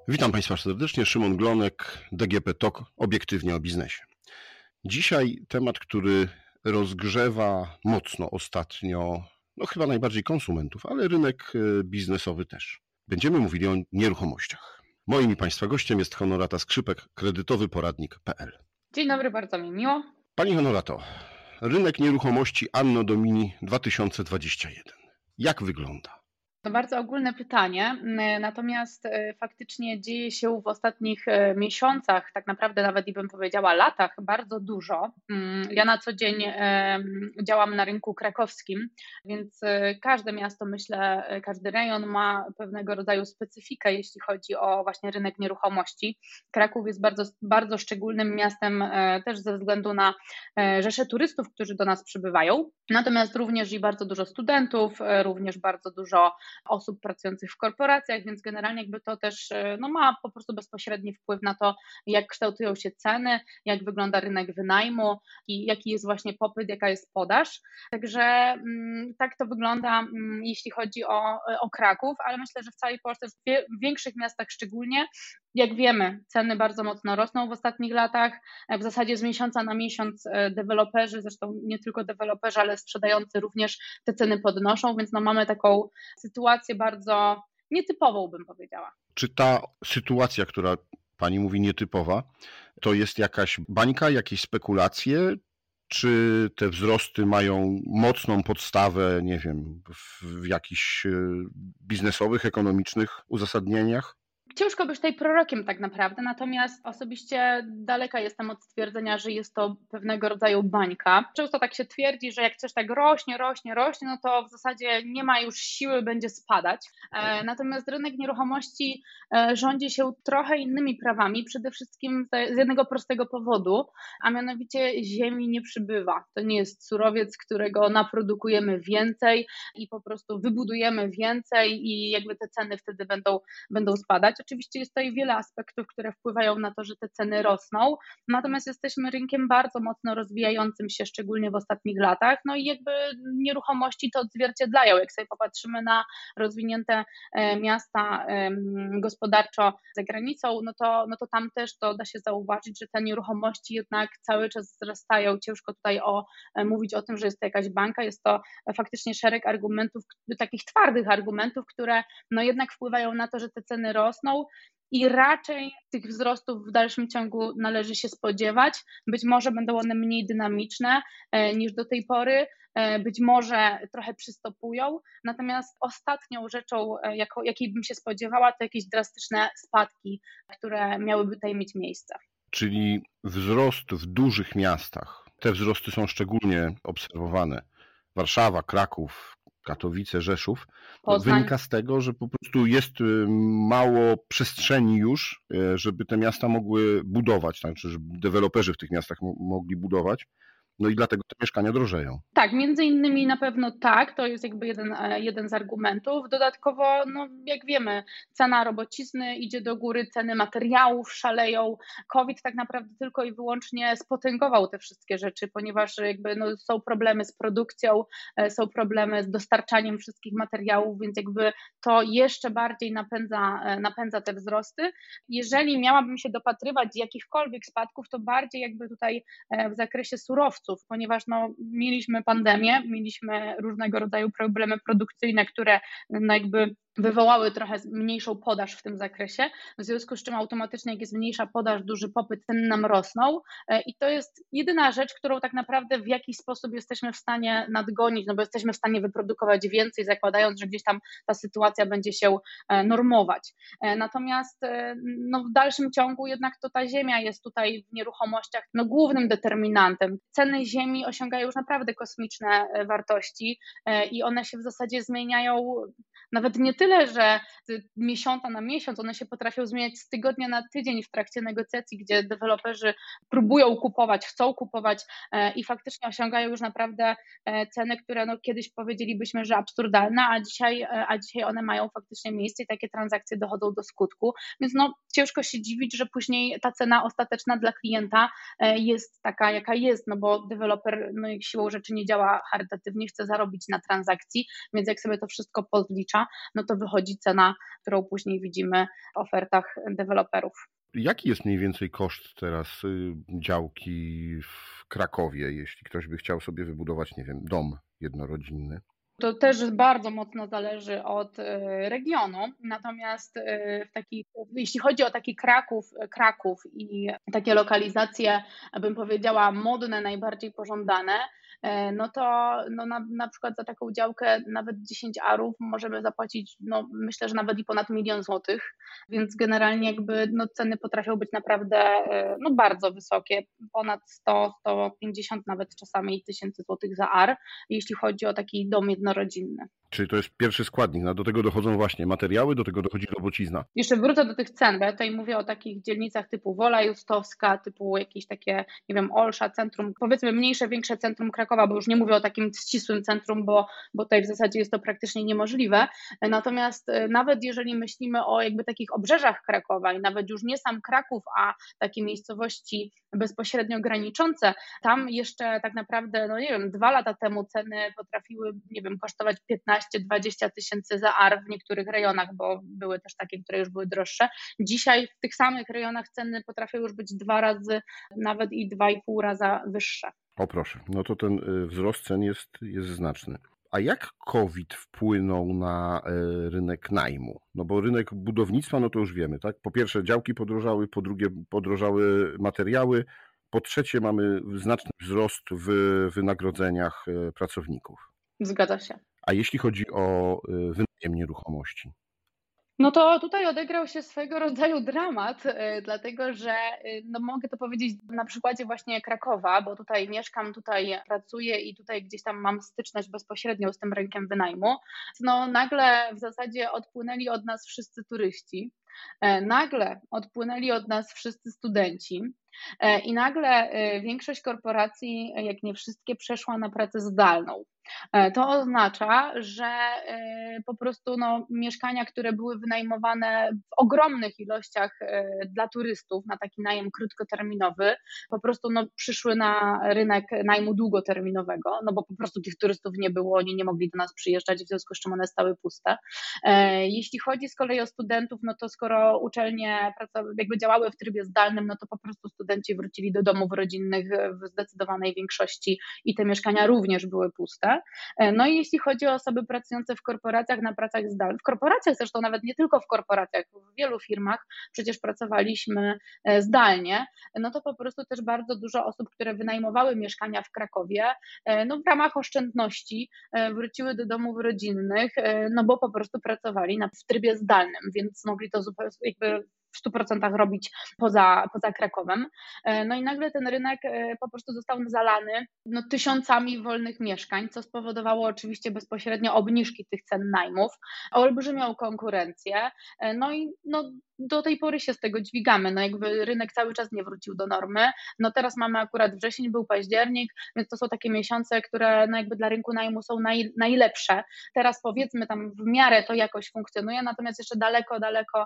Witam Państwa serdecznie, Szymon Glonek, DGP TOK, obiektywnie o biznesie. Dzisiaj temat, który rozgrzewa mocno ostatnio, chyba najbardziej konsumentów, ale rynek biznesowy też. Będziemy mówili o nieruchomościach. Moim i Państwa gościem jest Honorata Skrzypek, kredytowy poradnik.pl. Dzień dobry, bardzo mi miło. Pani Honorato, rynek nieruchomości Anno Domini 2021. Jak wygląda? To bardzo ogólne pytanie, natomiast faktycznie dzieje się w ostatnich miesiącach, tak naprawdę nawet i bym powiedziała latach, bardzo dużo. Ja na co dzień działam na rynku krakowskim, więc każde miasto, myślę, każdy rejon ma pewnego rodzaju specyfikę, jeśli chodzi o właśnie rynek nieruchomości. Kraków jest bardzo, bardzo szczególnym miastem też ze względu na rzesze turystów, którzy do nas przybywają, natomiast również i bardzo dużo studentów, również bardzo dużo osób pracujących w korporacjach, więc generalnie jakby to też ma po prostu bezpośredni wpływ na to, jak kształtują się ceny, jak wygląda rynek wynajmu i jaki jest właśnie popyt, jaka jest podaż. Także tak to wygląda, jeśli chodzi o Kraków, ale myślę, że w całej Polsce, w większych miastach szczególnie, jak wiemy, ceny bardzo mocno rosną w ostatnich latach, w zasadzie z miesiąca na miesiąc deweloperzy, zresztą nie tylko deweloperzy, ale sprzedający również te ceny podnoszą, więc mamy taką sytuację bardzo nietypową, bym powiedziała. Czy ta sytuacja, która Pani mówi nietypowa, to jest jakaś bańka, jakieś spekulacje, czy te wzrosty mają mocną podstawę, nie wiem, w jakichś biznesowych, ekonomicznych uzasadnieniach? Ciężko być tutaj prorokiem tak naprawdę, natomiast osobiście daleka jestem od stwierdzenia, że jest to pewnego rodzaju bańka. Często tak się twierdzi, że jak coś tak rośnie, no to w zasadzie nie ma już siły, będzie spadać. Natomiast rynek nieruchomości rządzi się trochę innymi prawami, przede wszystkim z jednego prostego powodu, a mianowicie ziemi nie przybywa. To nie jest surowiec, którego naprodukujemy więcej i po prostu wybudujemy więcej i jakby te ceny wtedy będą spadać. Oczywiście jest tutaj wiele aspektów, które wpływają na to, że te ceny rosną, natomiast jesteśmy rynkiem bardzo mocno rozwijającym się, szczególnie w ostatnich latach, i jakby nieruchomości to odzwierciedlają. Jak sobie popatrzymy na rozwinięte miasta gospodarczo za granicą, no to tam też to da się zauważyć, że te nieruchomości jednak cały czas wzrastają. Ciężko tutaj mówić o tym, że jest to jakaś bańka, jest to faktycznie szereg argumentów, takich twardych argumentów, które jednak wpływają na to, że te ceny rosną i raczej tych wzrostów w dalszym ciągu należy się spodziewać. Być może będą one mniej dynamiczne niż do tej pory, być może trochę przystopują, natomiast ostatnią rzeczą, jakiej bym się spodziewała, to jakieś drastyczne spadki, które miałyby tutaj mieć miejsce. Czyli wzrost w dużych miastach, te wzrosty są szczególnie obserwowane. Warszawa, Kraków, Katowice, Rzeszów, wynika z tego, że po prostu jest mało przestrzeni już, żeby te miasta mogły budować, znaczy, żeby deweloperzy w tych miastach mogli budować. I dlatego te mieszkania drożeją. Tak, między innymi na pewno tak, to jest jakby jeden z argumentów. Dodatkowo, jak wiemy, cena robocizny idzie do góry, ceny materiałów szaleją. COVID tak naprawdę tylko i wyłącznie spotęgował te wszystkie rzeczy, ponieważ jakby są problemy z produkcją, są problemy z dostarczaniem wszystkich materiałów, więc jakby to jeszcze bardziej napędza te wzrosty. Jeżeli miałabym się dopatrywać jakichkolwiek spadków, to bardziej jakby tutaj w zakresie surowców, ponieważ mieliśmy pandemię, mieliśmy różnego rodzaju problemy produkcyjne, które jakby wywołały trochę mniejszą podaż w tym zakresie, w związku z czym automatycznie jak jest mniejsza podaż, duży popyt, ceny nam rosną i to jest jedyna rzecz, którą tak naprawdę w jakiś sposób jesteśmy w stanie nadgonić, bo jesteśmy w stanie wyprodukować więcej, zakładając, że gdzieś tam ta sytuacja będzie się normować. Natomiast w dalszym ciągu jednak to ta ziemia jest tutaj w nieruchomościach głównym determinantem. Ceny ziemi osiągają już naprawdę kosmiczne wartości i one się w zasadzie zmieniają nawet nie tyle, że z miesiąca na miesiąc, one się potrafią zmieniać z tygodnia na tydzień w trakcie negocjacji, gdzie deweloperzy próbują kupować, chcą kupować i faktycznie osiągają już naprawdę ceny, które kiedyś powiedzielibyśmy, że absurdalne, a dzisiaj one mają faktycznie miejsce i takie transakcje dochodzą do skutku, więc ciężko się dziwić, że później ta cena ostateczna dla klienta jest taka, jaka jest, bo deweloper siłą rzeczy nie działa charytatywnie, chce zarobić na transakcji, więc jak sobie to wszystko podlicza, to wychodzi cena, którą później widzimy w ofertach deweloperów. Jaki jest mniej więcej koszt teraz działki w Krakowie, jeśli ktoś by chciał sobie wybudować, nie wiem, dom jednorodzinny? To też bardzo mocno zależy od regionu, natomiast jeśli chodzi o taki Kraków i takie lokalizacje, bym powiedziała modne, najbardziej pożądane, no to na przykład za taką działkę nawet 10 arów możemy zapłacić, myślę, że nawet i ponad 1 000 000 złotych, więc generalnie ceny potrafią być naprawdę bardzo wysokie, ponad 100, 150 nawet czasami tysięcy złotych za ar, jeśli chodzi o taki dom jednorodzinny. Czyli to jest pierwszy składnik, do tego dochodzą właśnie materiały, do tego dochodzi robocizna. Jeszcze wrócę do tych cen, bo ja tutaj mówię o takich dzielnicach typu Wola Justowska, typu jakieś takie, nie wiem, Olsza, centrum, powiedzmy mniejsze, większe centrum Krakowa, bo już nie mówię o takim ścisłym centrum, bo tutaj w zasadzie jest to praktycznie niemożliwe. Natomiast nawet jeżeli myślimy o jakby takich obrzeżach Krakowa i nawet już nie sam Kraków, a takie miejscowości bezpośrednio graniczące, tam jeszcze tak naprawdę, 2 lata temu ceny potrafiły, kosztować 15-20 tysięcy za ar w niektórych rejonach, bo były też takie, które już były droższe. Dzisiaj w tych samych rejonach ceny potrafią już być 2 razy, nawet i 2,5 raza wyższe. O proszę, to ten wzrost cen jest znaczny. A jak COVID wpłynął na rynek najmu? Bo rynek budownictwa, to już wiemy, tak? Po pierwsze działki podrożały, po drugie podrożały materiały, po trzecie mamy znaczny wzrost w wynagrodzeniach pracowników. Zgadza się. A jeśli chodzi o wynajem nieruchomości? To tutaj odegrał się swego rodzaju dramat, dlatego że mogę to powiedzieć na przykładzie właśnie Krakowa, bo tutaj mieszkam, tutaj pracuję i tutaj gdzieś tam mam styczność bezpośrednią z tym rynkiem wynajmu. Nagle w zasadzie odpłynęli od nas wszyscy turyści, nagle odpłynęli od nas wszyscy studenci i nagle większość korporacji, jak nie wszystkie, przeszła na pracę zdalną. To oznacza, że po prostu mieszkania, które były wynajmowane w ogromnych ilościach dla turystów na taki najem krótkoterminowy, po prostu przyszły na rynek najmu długoterminowego, bo po prostu tych turystów nie było, oni nie mogli do nas przyjeżdżać, w związku z czym one stały puste. Jeśli chodzi z kolei o studentów, to skoro uczelnie jakby działały w trybie zdalnym, to po prostu studenci wrócili do domów rodzinnych w zdecydowanej większości i te mieszkania również były puste. I jeśli chodzi o osoby pracujące w korporacjach na pracach zdalnych, w korporacjach zresztą nawet nie tylko w korporacjach, w wielu firmach przecież pracowaliśmy zdalnie, to po prostu też bardzo dużo osób, które wynajmowały mieszkania w Krakowie, w ramach oszczędności wróciły do domów rodzinnych, bo po prostu pracowali w trybie zdalnym, więc mogli to zupełnie jakby w 100% robić poza Krakowem. I nagle ten rynek po prostu został zalany tysiącami wolnych mieszkań, co spowodowało oczywiście bezpośrednio obniżki tych cen najmów, olbrzymią konkurencję. I do tej pory się z tego dźwigamy. Jakby rynek cały czas nie wrócił do normy. Teraz mamy akurat wrzesień, był październik, więc to są takie miesiące, które jakby dla rynku najmu są najlepsze. Teraz powiedzmy tam w miarę to jakoś funkcjonuje, natomiast jeszcze daleko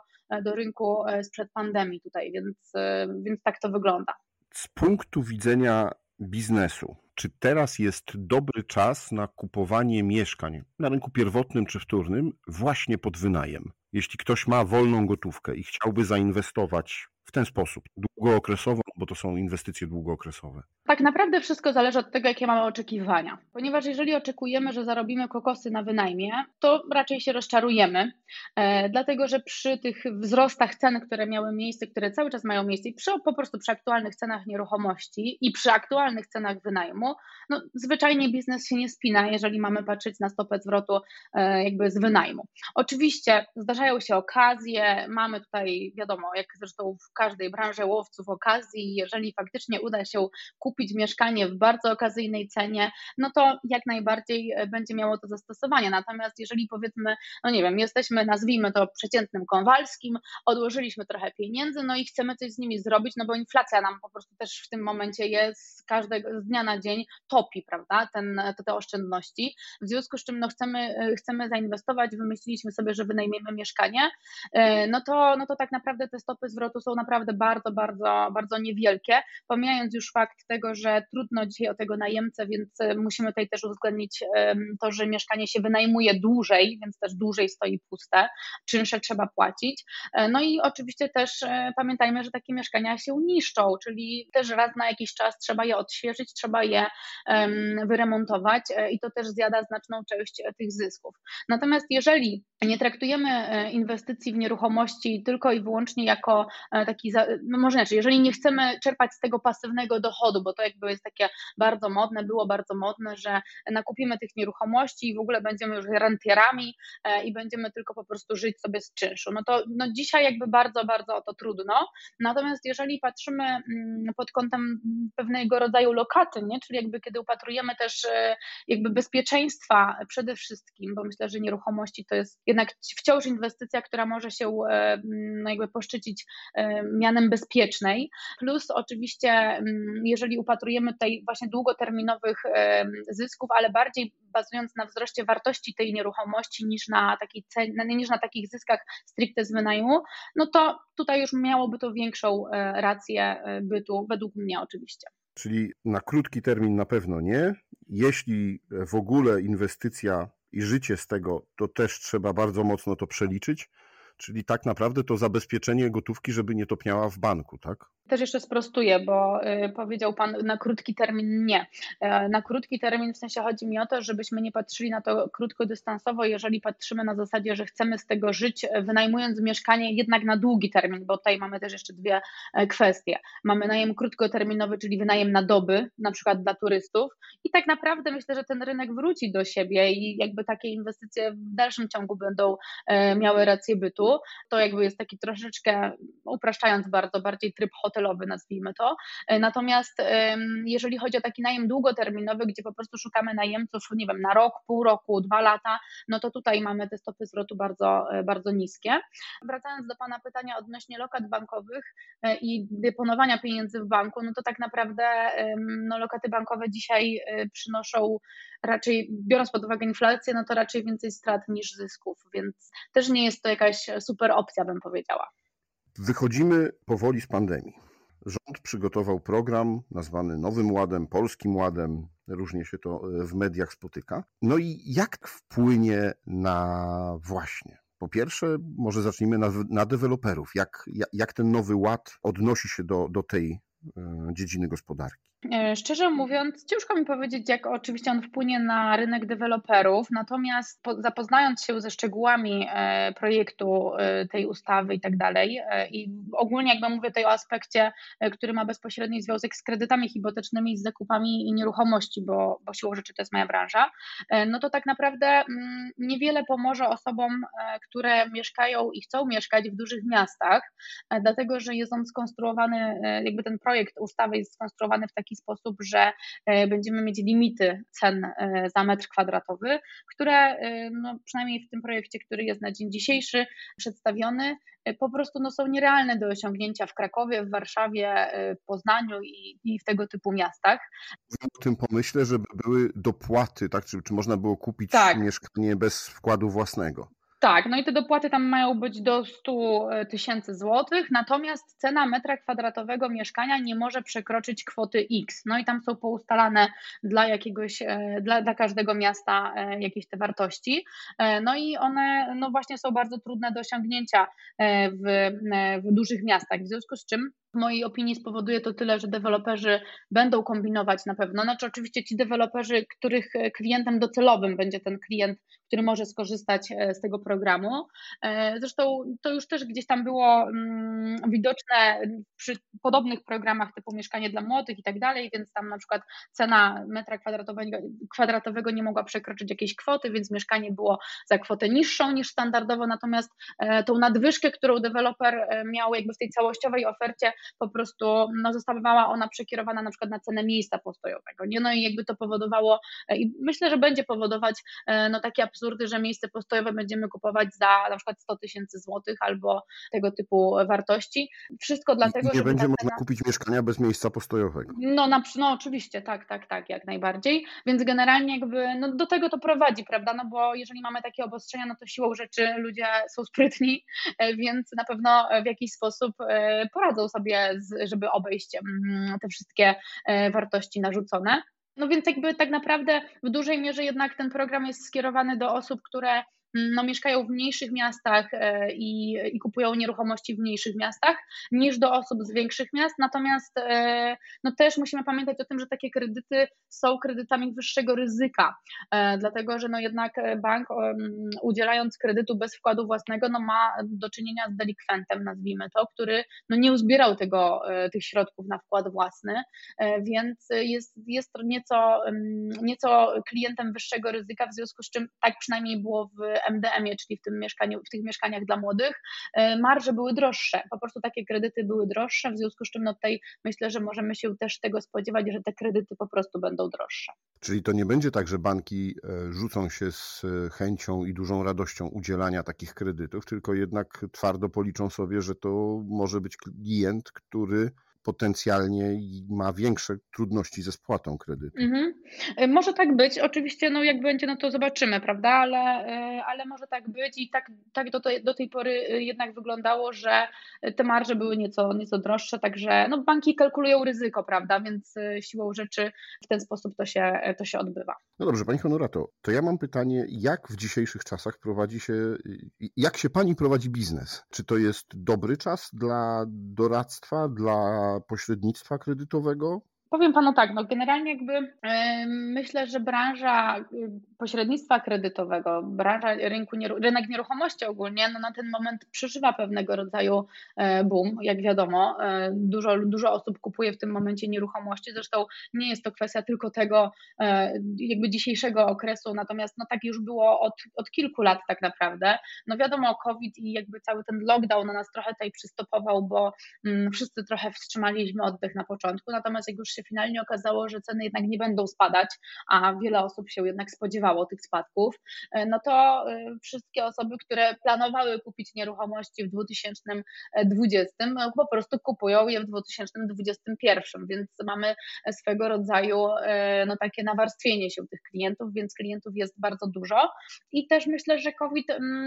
do rynku sprzed pandemii tutaj, więc tak to wygląda. Z punktu widzenia biznesu, czy teraz jest dobry czas na kupowanie mieszkań na rynku pierwotnym czy wtórnym właśnie pod wynajem? Jeśli ktoś ma wolną gotówkę i chciałby zainwestować w ten sposób, długookresowo, bo to są inwestycje długookresowe. Tak naprawdę wszystko zależy od tego, jakie mamy oczekiwania. Ponieważ jeżeli oczekujemy, że zarobimy kokosy na wynajmie, to raczej się rozczarujemy, dlatego że przy tych wzrostach cen, które miały miejsce, które cały czas mają miejsce i po prostu przy aktualnych cenach nieruchomości i przy aktualnych cenach wynajmu, zwyczajnie biznes się nie spina, jeżeli mamy patrzeć na stopę zwrotu jakby z wynajmu. Oczywiście zdarzają się okazje, mamy tutaj, wiadomo, jak zresztą w każdej branży łowców okazji, jeżeli faktycznie uda się kupić mieszkanie w bardzo okazyjnej cenie, to jak najbardziej będzie miało to zastosowanie. Natomiast jeżeli powiedzmy, jesteśmy, nazwijmy to przeciętnym Kowalskim, odłożyliśmy trochę pieniędzy, i chcemy coś z nimi zrobić, bo inflacja nam po prostu też w tym momencie jest z dnia na dzień topi, prawda, te oszczędności. W związku z czym chcemy zainwestować, wymyśliliśmy sobie, że wynajmiemy mieszkanie, to tak naprawdę te stopy zwrotu są naprawdę bardzo bardzo, bardzo niewielkie, pomijając już fakt tego, że trudno dzisiaj o tego najemcę, więc musimy tutaj też uwzględnić to, że mieszkanie się wynajmuje dłużej, więc też dłużej stoi puste, czynsze trzeba płacić. No i oczywiście też pamiętajmy, że takie mieszkania się niszczą, czyli też raz na jakiś czas trzeba je odświeżyć, trzeba je wyremontować i to też zjada znaczną część tych zysków. Natomiast jeżeli nie traktujemy inwestycji w nieruchomości tylko i wyłącznie jako taki, no może inaczej, jeżeli nie chcemy czerpać z tego pasywnego dochodu, bo to jakby jest takie bardzo modne, było bardzo modne, że nakupimy tych nieruchomości i w ogóle będziemy już rentierami i będziemy tylko po prostu żyć sobie z czynszu. No to dzisiaj jakby bardzo, bardzo o to trudno. Natomiast jeżeli patrzymy pod kątem pewnego rodzaju lokaty, nie? Czyli jakby kiedy upatrujemy też jakby bezpieczeństwa przede wszystkim, bo myślę, że nieruchomości to jest jednak wciąż inwestycja, która może się no jakby poszczycić mianem bezpiecznej, plus oczywiście jeżeli upatrujemy tutaj właśnie długoterminowych zysków, ale bardziej bazując na wzroście wartości tej nieruchomości niż na takich zyskach stricte z wynajmu, no to tutaj już miałoby to większą rację bytu, według mnie oczywiście. Czyli na krótki termin na pewno nie. Jeśli w ogóle inwestycja i życie z tego, to też trzeba bardzo mocno to przeliczyć. Czyli tak naprawdę to zabezpieczenie gotówki, żeby nie topniała w banku, tak? Też jeszcze sprostuję, bo powiedział Pan na krótki termin nie. Na krótki termin w sensie chodzi mi o to, żebyśmy nie patrzyli na to krótkodystansowo, jeżeli patrzymy na zasadzie, że chcemy z tego żyć, wynajmując mieszkanie jednak na długi termin, bo tutaj mamy też jeszcze dwie kwestie. Mamy najem krótkoterminowy, czyli wynajem na doby, na przykład dla turystów i tak naprawdę myślę, że ten rynek wróci do siebie i jakby takie inwestycje w dalszym ciągu będą miały rację bytu. To jakby jest taki troszeczkę, upraszczając bardzo, bardziej tryb hotelowy, nazwijmy to. Natomiast jeżeli chodzi o taki najem długoterminowy, gdzie po prostu szukamy najemców, nie wiem, na rok, pół roku, 2 lata, no to tutaj mamy te stopy zwrotu bardzo, bardzo niskie. Wracając do Pana pytania odnośnie lokat bankowych i deponowania pieniędzy w banku, no to tak naprawdę no, lokaty bankowe dzisiaj przynoszą raczej, biorąc pod uwagę inflację, no to raczej więcej strat niż zysków, więc też nie jest to jakaś super opcja, bym powiedziała. Wychodzimy powoli z pandemii. Rząd przygotował program nazwany Nowym Ładem, Polskim Ładem, różnie się to w mediach spotyka. No i jak wpłynie na właśnie? Po pierwsze, może zacznijmy na deweloperów. Jak ten Nowy Ład odnosi się do tej dziedziny gospodarki? Szczerze mówiąc, ciężko mi powiedzieć, jak oczywiście on wpłynie na rynek deweloperów, natomiast zapoznając się ze szczegółami projektu tej ustawy i tak dalej i ogólnie jakby mówię tutaj o aspekcie, który ma bezpośredni związek z kredytami hipotecznymi, z zakupami i nieruchomości, bo siłą rzeczy to jest moja branża, no to tak naprawdę niewiele pomoże osobom, które mieszkają i chcą mieszkać w dużych miastach, dlatego że jest on skonstruowany, jakby ten projekt ustawy jest skonstruowany w taki sposób, że będziemy mieć limity cen za metr kwadratowy, które no, przynajmniej w tym projekcie, który jest na dzień dzisiejszy przedstawiony, po prostu no, są nierealne do osiągnięcia w Krakowie, w Warszawie, Poznaniu i w tego typu miastach. Mówię o tym pomyśle, żeby były dopłaty, tak? Czy można było kupić mieszkanie bez wkładu własnego? Tak, no i te dopłaty tam mają być do 100 tysięcy złotych, natomiast cena metra kwadratowego mieszkania nie może przekroczyć kwoty X. No i tam są poustalane dla każdego miasta jakieś te wartości. No i one no właśnie są bardzo trudne do osiągnięcia w dużych miastach, w związku z czym w mojej opinii spowoduje to tyle, że deweloperzy będą kombinować na pewno. Znaczy oczywiście ci deweloperzy, których klientem docelowym będzie ten klient, który może skorzystać z tego programu. Zresztą to już też gdzieś tam było widoczne przy podobnych programach typu Mieszkanie dla Młodych i tak dalej, więc tam na przykład cena metra kwadratowego nie mogła przekroczyć jakiejś kwoty, więc mieszkanie było za kwotę niższą niż standardowo, natomiast tą nadwyżkę, którą deweloper miał jakby w tej całościowej ofercie, po prostu no, zostawała ona przekierowana na przykład na cenę miejsca postojowego. Nie? No i jakby to powodowało i myślę, że będzie powodować no, takie absurdy, że miejsce postojowe będziemy kupować za na przykład 100 tysięcy złotych albo tego typu wartości. Wszystko dlatego, że nie będzie można kupić mieszkania bez miejsca postojowego. No oczywiście, tak, jak najbardziej, więc generalnie jakby no, do tego to prowadzi, prawda, no bo jeżeli mamy takie obostrzenia, no to siłą rzeczy ludzie są sprytni, więc na pewno w jakiś sposób poradzą sobie sobie, żeby obejść te wszystkie wartości narzucone. No więc jakby tak naprawdę w dużej mierze jednak ten program jest skierowany do osób, które mieszkają w mniejszych miastach i kupują nieruchomości w mniejszych miastach, niż do osób z większych miast. Natomiast też musimy pamiętać o tym, że takie kredyty są kredytami wyższego ryzyka, dlatego że jednak bank, udzielając kredytu bez wkładu własnego, ma do czynienia z delikwentem, nazwijmy to, który nie uzbierał tych środków na wkład własny, więc jest to nieco klientem wyższego ryzyka, w związku z czym tak przynajmniej było w MDM-ie, czyli w tych mieszkaniach dla młodych, marże były droższe, po prostu takie kredyty były droższe, w związku z czym tutaj myślę, że możemy się też tego spodziewać, że te kredyty po prostu będą droższe. Czyli to nie będzie tak, że banki rzucą się z chęcią i dużą radością udzielania takich kredytów, tylko jednak twardo policzą sobie, że to może być klient, który potencjalnie ma większe trudności ze spłatą kredytu. Może tak być, oczywiście jak będzie, to zobaczymy, prawda, ale może tak być i tak do tej pory jednak wyglądało, że te marże były nieco droższe, także banki kalkulują ryzyko, prawda, więc siłą rzeczy w ten sposób to się odbywa. No dobrze, Pani Honorato, to ja mam pytanie, jak w dzisiejszych czasach jak się Pani prowadzi biznes? Czy to jest dobry czas dla doradztwa, dla pośrednictwa kredytowego? Powiem Panu tak, generalnie myślę, że branża pośrednictwa kredytowego, rynek nieruchomości ogólnie, na ten moment przeżywa pewnego rodzaju boom, jak wiadomo. Dużo osób kupuje w tym momencie nieruchomości, zresztą nie jest to kwestia tylko tego dzisiejszego okresu, natomiast tak już było od kilku lat tak naprawdę. Wiadomo, COVID i cały ten lockdown na nas trochę tutaj przystopował, bo wszyscy trochę wstrzymaliśmy oddech na początku, natomiast jak już się finalnie okazało, że ceny jednak nie będą spadać, a wiele osób się jednak spodziewało tych spadków, to wszystkie osoby, które planowały kupić nieruchomości w 2020, po prostu kupują je w 2021, więc mamy swego rodzaju takie nawarstwienie się tych klientów, więc klientów jest bardzo dużo i też myślę, że COVID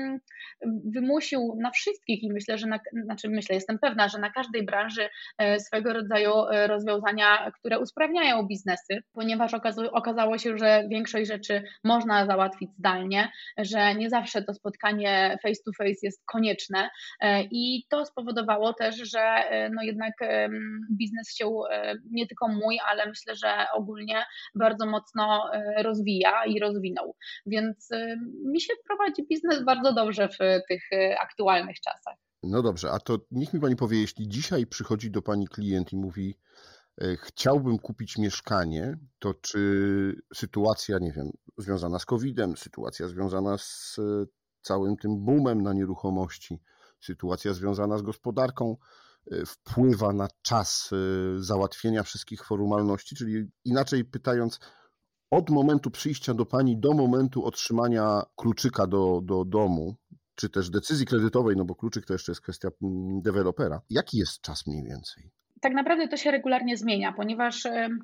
wymusił na wszystkich i jestem pewna, że na każdej branży swego rodzaju rozwiązania, które usprawniają biznesy, ponieważ okazało się, że większość rzeczy można załatwić zdalnie, że nie zawsze to spotkanie face to face jest konieczne i to spowodowało też, że jednak biznes się nie tylko mój, ale myślę, że ogólnie bardzo mocno rozwija i rozwinął, więc mi się prowadzi biznes bardzo dobrze w tych aktualnych czasach. No dobrze, a to niech mi Pani powie, jeśli dzisiaj przychodzi do Pani klient i mówi: chciałbym kupić mieszkanie, to czy sytuacja, nie wiem, związana z COVID-em, sytuacja związana z całym tym boomem na nieruchomości, sytuacja związana z gospodarką wpływa na czas załatwienia wszystkich formalności, czyli inaczej pytając, od momentu przyjścia do Pani do momentu otrzymania kluczyka do domu, czy też decyzji kredytowej, bo kluczyk to jeszcze jest kwestia dewelopera. Jaki jest czas mniej więcej? Tak naprawdę to się regularnie zmienia, ponieważ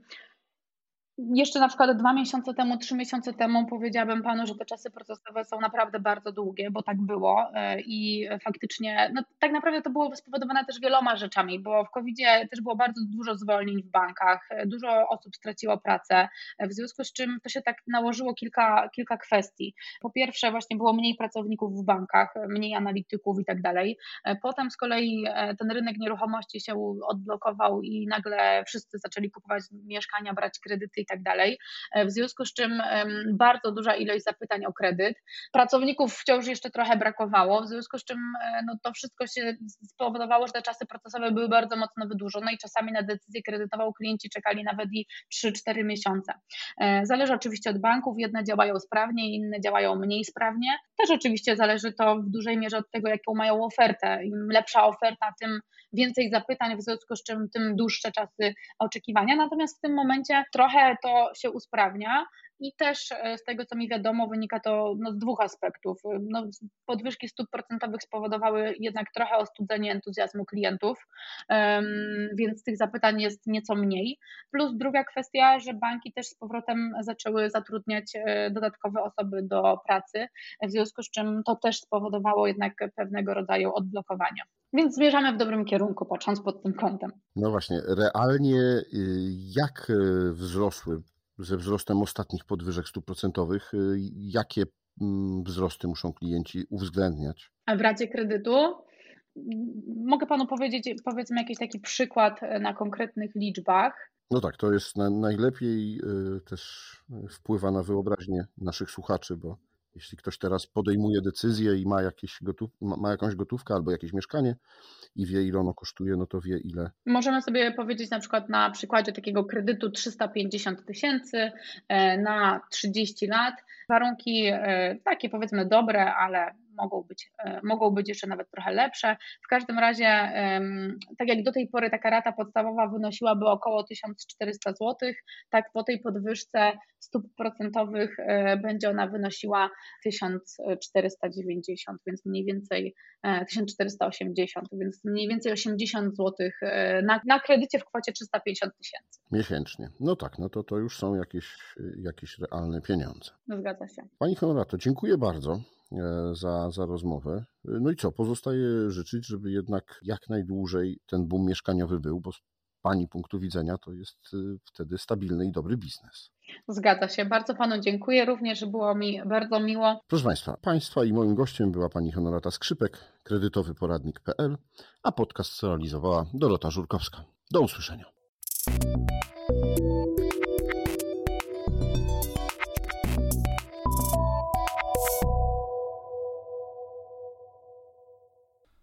jeszcze na przykład 2 miesiące temu, 3 miesiące temu powiedziałabym Panu, że te czasy procesowe są naprawdę bardzo długie, bo tak było i faktycznie tak naprawdę to było spowodowane też wieloma rzeczami, bo w COVID-zie też było bardzo dużo zwolnień w bankach, dużo osób straciło pracę, w związku z czym to się tak nałożyło kilka kwestii. Po pierwsze właśnie było mniej pracowników w bankach, mniej analityków i tak dalej. Potem z kolei ten rynek nieruchomości się odblokował i nagle wszyscy zaczęli kupować mieszkania, brać kredyty i tak dalej, w związku z czym bardzo duża ilość zapytań o kredyt. Pracowników wciąż jeszcze trochę brakowało, w związku z czym to wszystko się spowodowało, że te czasy procesowe były bardzo mocno wydłużone i czasami na decyzję kredytową klienci czekali nawet i 3-4 miesiące. Zależy oczywiście od banków, jedne działają sprawnie, inne działają mniej sprawnie. Też oczywiście zależy to w dużej mierze od tego, jaką mają ofertę. Im lepsza oferta, tym więcej zapytań, w związku z czym tym dłuższe czasy oczekiwania. Natomiast w tym momencie trochę to się usprawnia i też z tego, co mi wiadomo, wynika to z dwóch aspektów. Podwyżki stóp procentowych spowodowały jednak trochę ostudzenie entuzjazmu klientów, więc tych zapytań jest nieco mniej. Plus druga kwestia, że banki też z powrotem zaczęły zatrudniać dodatkowe osoby do pracy, w związku z czym to też spowodowało jednak pewnego rodzaju odblokowanie. Więc zmierzamy w dobrym kierunku, patrząc pod tym kątem. No właśnie, realnie jak wzrosły ze wzrostem ostatnich podwyżek stóp procentowych, jakie wzrosty muszą klienci uwzględniać? A w racie kredytu mogę Panu powiedzieć, powiedzmy, jakiś taki przykład na konkretnych liczbach. No tak, to jest najlepiej też wpływa na wyobraźnię naszych słuchaczy, bo jeśli ktoś teraz podejmuje decyzję i ma jakąś gotówkę albo jakieś mieszkanie i wie, ile ono kosztuje, no to wie, ile. Możemy sobie powiedzieć na przykład na przykładzie takiego kredytu 350 000 na 30 lat. Warunki takie powiedzmy dobre, ale mogą być jeszcze nawet trochę lepsze. W każdym razie, tak jak do tej pory taka rata podstawowa wynosiłaby około 1400 zł, tak po tej podwyżce stóp procentowych będzie ona wynosiła 1490, więc mniej więcej 1480, więc mniej więcej 80 zł na kredycie w kwocie 350 000. Miesięcznie. No tak, no to już są jakieś realne pieniądze. Zgadza się. Pani Honorato, dziękuję bardzo za rozmowę. No i co, pozostaje życzyć, żeby jednak jak najdłużej ten boom mieszkaniowy był, bo z Pani punktu widzenia to jest wtedy stabilny i dobry biznes. Zgadza się. Bardzo Panu dziękuję. Również było mi bardzo miło. Proszę Państwa i moim gościem była Pani Honorata Skrzypek, kredytowyporadnik.pl, a podcast zrealizowała Dorota Żurkowska. Do usłyszenia.